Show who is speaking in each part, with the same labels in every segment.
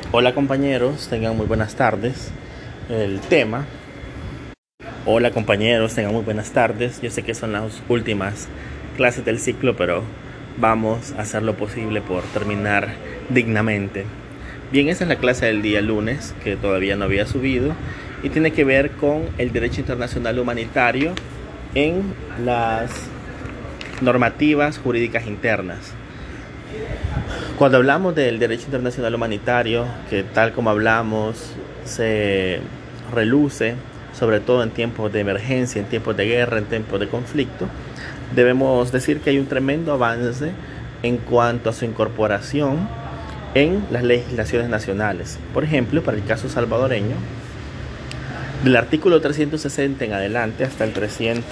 Speaker 1: Hola compañeros, tengan muy buenas tardes. El tema, hola compañeros, tengan muy buenas tardes. Yo sé que son las últimas clases del ciclo, pero vamos a hacer lo posible por terminar dignamente. Bien, esa es la clase del día lunes, que todavía no había subido, y tiene que ver con el derecho internacional humanitario en las normativas jurídicas internas. Cuando hablamos del derecho internacional humanitario, que tal como hablamos, se reluce, sobre todo en tiempos de emergencia, en tiempos de guerra, en tiempos de conflicto, debemos decir que hay un tremendo avance en cuanto a su incorporación en las legislaciones nacionales. Por ejemplo, para el caso salvadoreño, del artículo 360 en adelante hasta el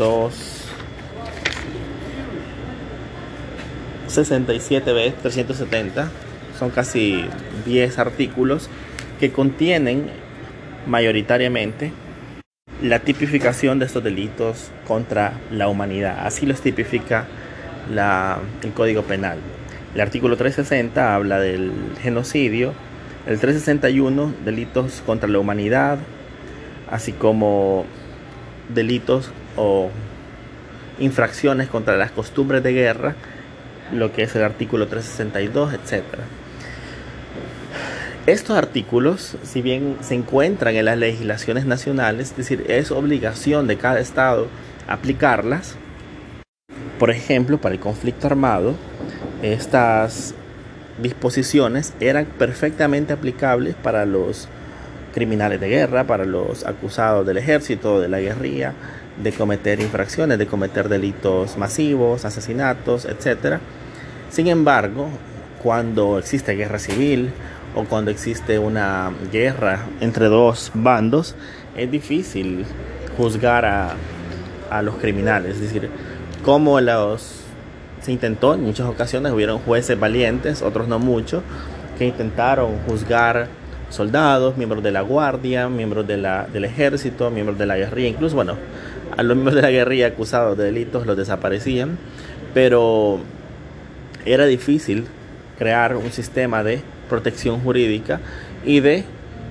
Speaker 1: 367b, 370, son casi 10 artículos que contienen mayoritariamente la tipificación de estos delitos contra la humanidad. Así los tipifica el Código Penal. El artículo 360 habla del genocidio, el 361 delitos contra la humanidad, así como delitos o infracciones contra las costumbres de guerra, lo que es el artículo 362, etc. Estos artículos, si bien se encuentran en las legislaciones nacionales, es decir, es obligación de cada estado aplicarlas. Por ejemplo, para el conflicto armado, estas disposiciones eran perfectamente aplicables para los criminales de guerra, para los acusados del ejército, de la guerrilla, de cometer infracciones, de cometer delitos masivos, asesinatos, etc. Sin embargo, cuando existe guerra civil o cuando existe una guerra entre dos bandos, es difícil juzgar a los criminales. Es decir, como se intentó en muchas ocasiones, hubieron jueces valientes, otros no mucho, que intentaron juzgar soldados, miembros de la guardia, miembros del ejército, miembros de la guerrilla, incluso, bueno, a los miembros de la guerrilla acusados de delitos los desaparecían, pero era difícil crear un sistema de protección jurídica y de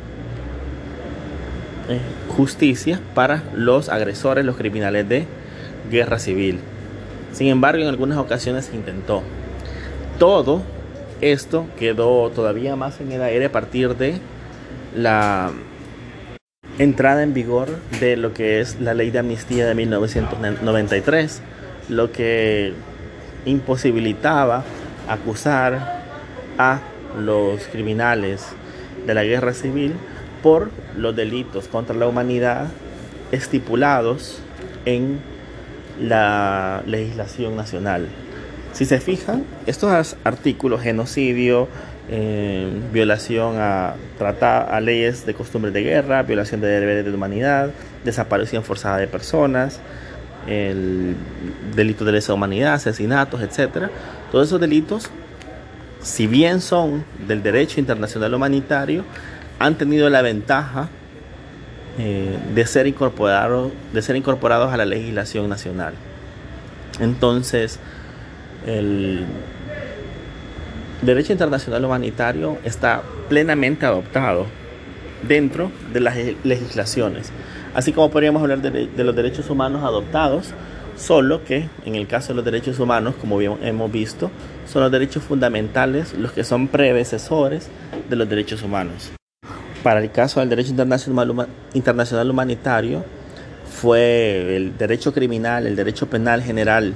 Speaker 1: justicia para los agresores, los criminales de guerra civil. Sin embargo, en algunas ocasiones se intentó. Todo esto quedó todavía más en el aire a partir de la entrada en vigor de lo que es la ley de amnistía de 1993, lo que imposibilitaba acusar a los criminales de la guerra civil por los delitos contra la humanidad estipulados en la legislación nacional. Si se fijan, estos artículos, genocidio, violación a leyes de costumbres de guerra, violación de deberes de humanidad, desaparición forzada de personas, el delito de lesa humanidad, asesinatos, etc. Todos esos delitos, si bien son del derecho internacional humanitario, han tenido la ventaja de ser incorporados a la legislación nacional. Entonces, el derecho internacional humanitario está plenamente adoptado dentro de las legislaciones, así como podríamos hablar de los derechos humanos adoptados, solo que en el caso de los derechos humanos, como bien hemos visto, son los derechos fundamentales los que son predecesores de los derechos humanos. Para el caso del derecho internacional humanitario, fue el derecho criminal, el derecho penal general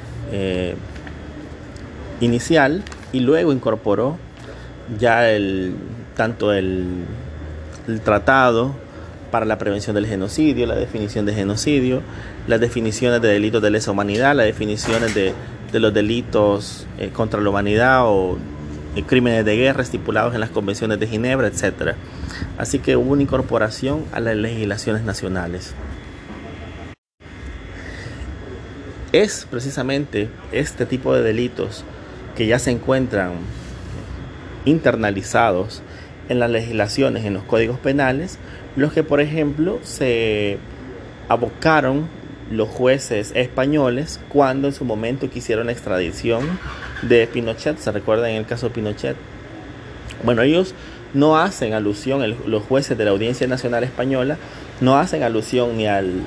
Speaker 1: inicial, y luego incorporó ya tanto el tratado para la prevención del genocidio, la definición de genocidio, las definiciones de delitos de lesa humanidad, las definiciones de los delitos contra la humanidad o crímenes de guerra estipulados en las convenciones de Ginebra, etc. Así que hubo una incorporación a las legislaciones nacionales. Es precisamente este tipo de delitos que ya se encuentran internalizados en las legislaciones, en los códigos penales, los que, por ejemplo, se abocaron los jueces españoles cuando en su momento quisieron la extradición de Pinochet. ¿Se recuerdan en el caso de Pinochet? Bueno, ellos no hacen alusión, los jueces de la Audiencia Nacional Española no hacen alusión ni al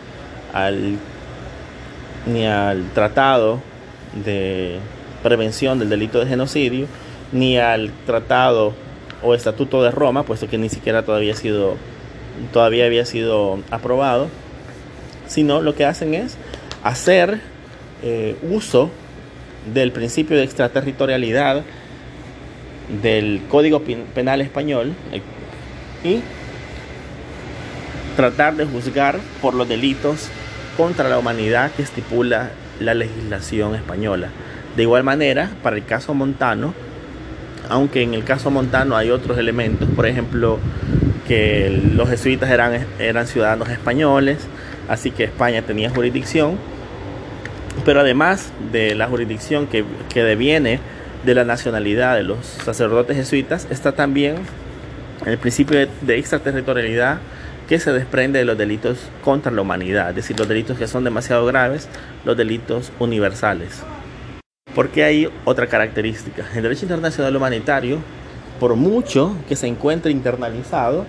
Speaker 1: Tratado de Prevención del Delito de Genocidio, ni al Tratado o Estatuto de Roma, puesto que ni siquiera todavía había sido aprobado, sino lo que hacen es hacer uso del principio de extraterritorialidad del Código Penal español y tratar de juzgar por los delitos contra la humanidad que estipula la legislación española. De igual manera, para el caso Montano, aunque en el caso Montano hay otros elementos, por ejemplo, que los jesuitas eran ciudadanos españoles, así que España tenía jurisdicción, pero además de la jurisdicción que deviene de la nacionalidad de los sacerdotes jesuitas, está también el principio de extraterritorialidad que se desprende de los delitos contra la humanidad, es decir, los delitos que son demasiado graves, los delitos universales. Porque hay otra característica: el derecho internacional humanitario, por mucho que se encuentre internalizado,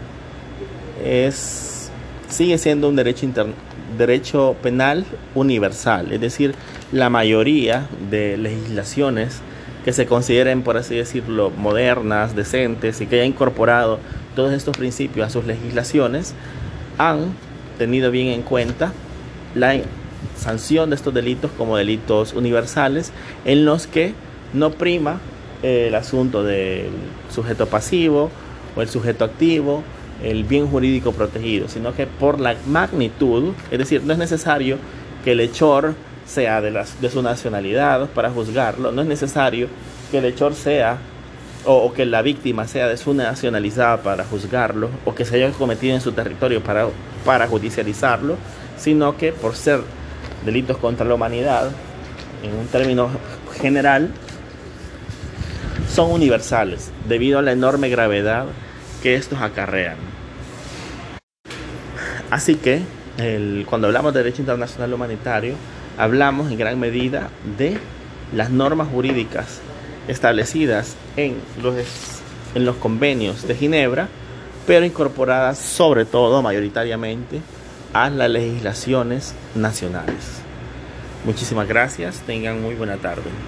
Speaker 1: sigue siendo un derecho penal universal, es decir, la mayoría de legislaciones que se consideren, por así decirlo, modernas, decentes y que hayan incorporado todos estos principios a sus legislaciones, han tenido bien en cuenta la sanción de estos delitos como delitos universales, en los que no prima el asunto del sujeto pasivo o el sujeto activo, el bien jurídico protegido, sino que por la magnitud, es decir, no es necesario que el hechor sea de su nacionalidad para juzgarlo, no es necesario que el hechor sea o que la víctima sea de su nacionalidad para juzgarlo, o que se haya cometido en su territorio para judicializarlo, sino que por ser delitos contra la humanidad, en un término general, son universales debido a la enorme gravedad que estos acarrean. Así que cuando hablamos de derecho internacional humanitario, hablamos en gran medida de las normas jurídicas establecidas en los convenios de Ginebra, pero incorporadas sobre todo, mayoritariamente, a las legislaciones nacionales. Muchísimas gracias, tengan muy buena tarde.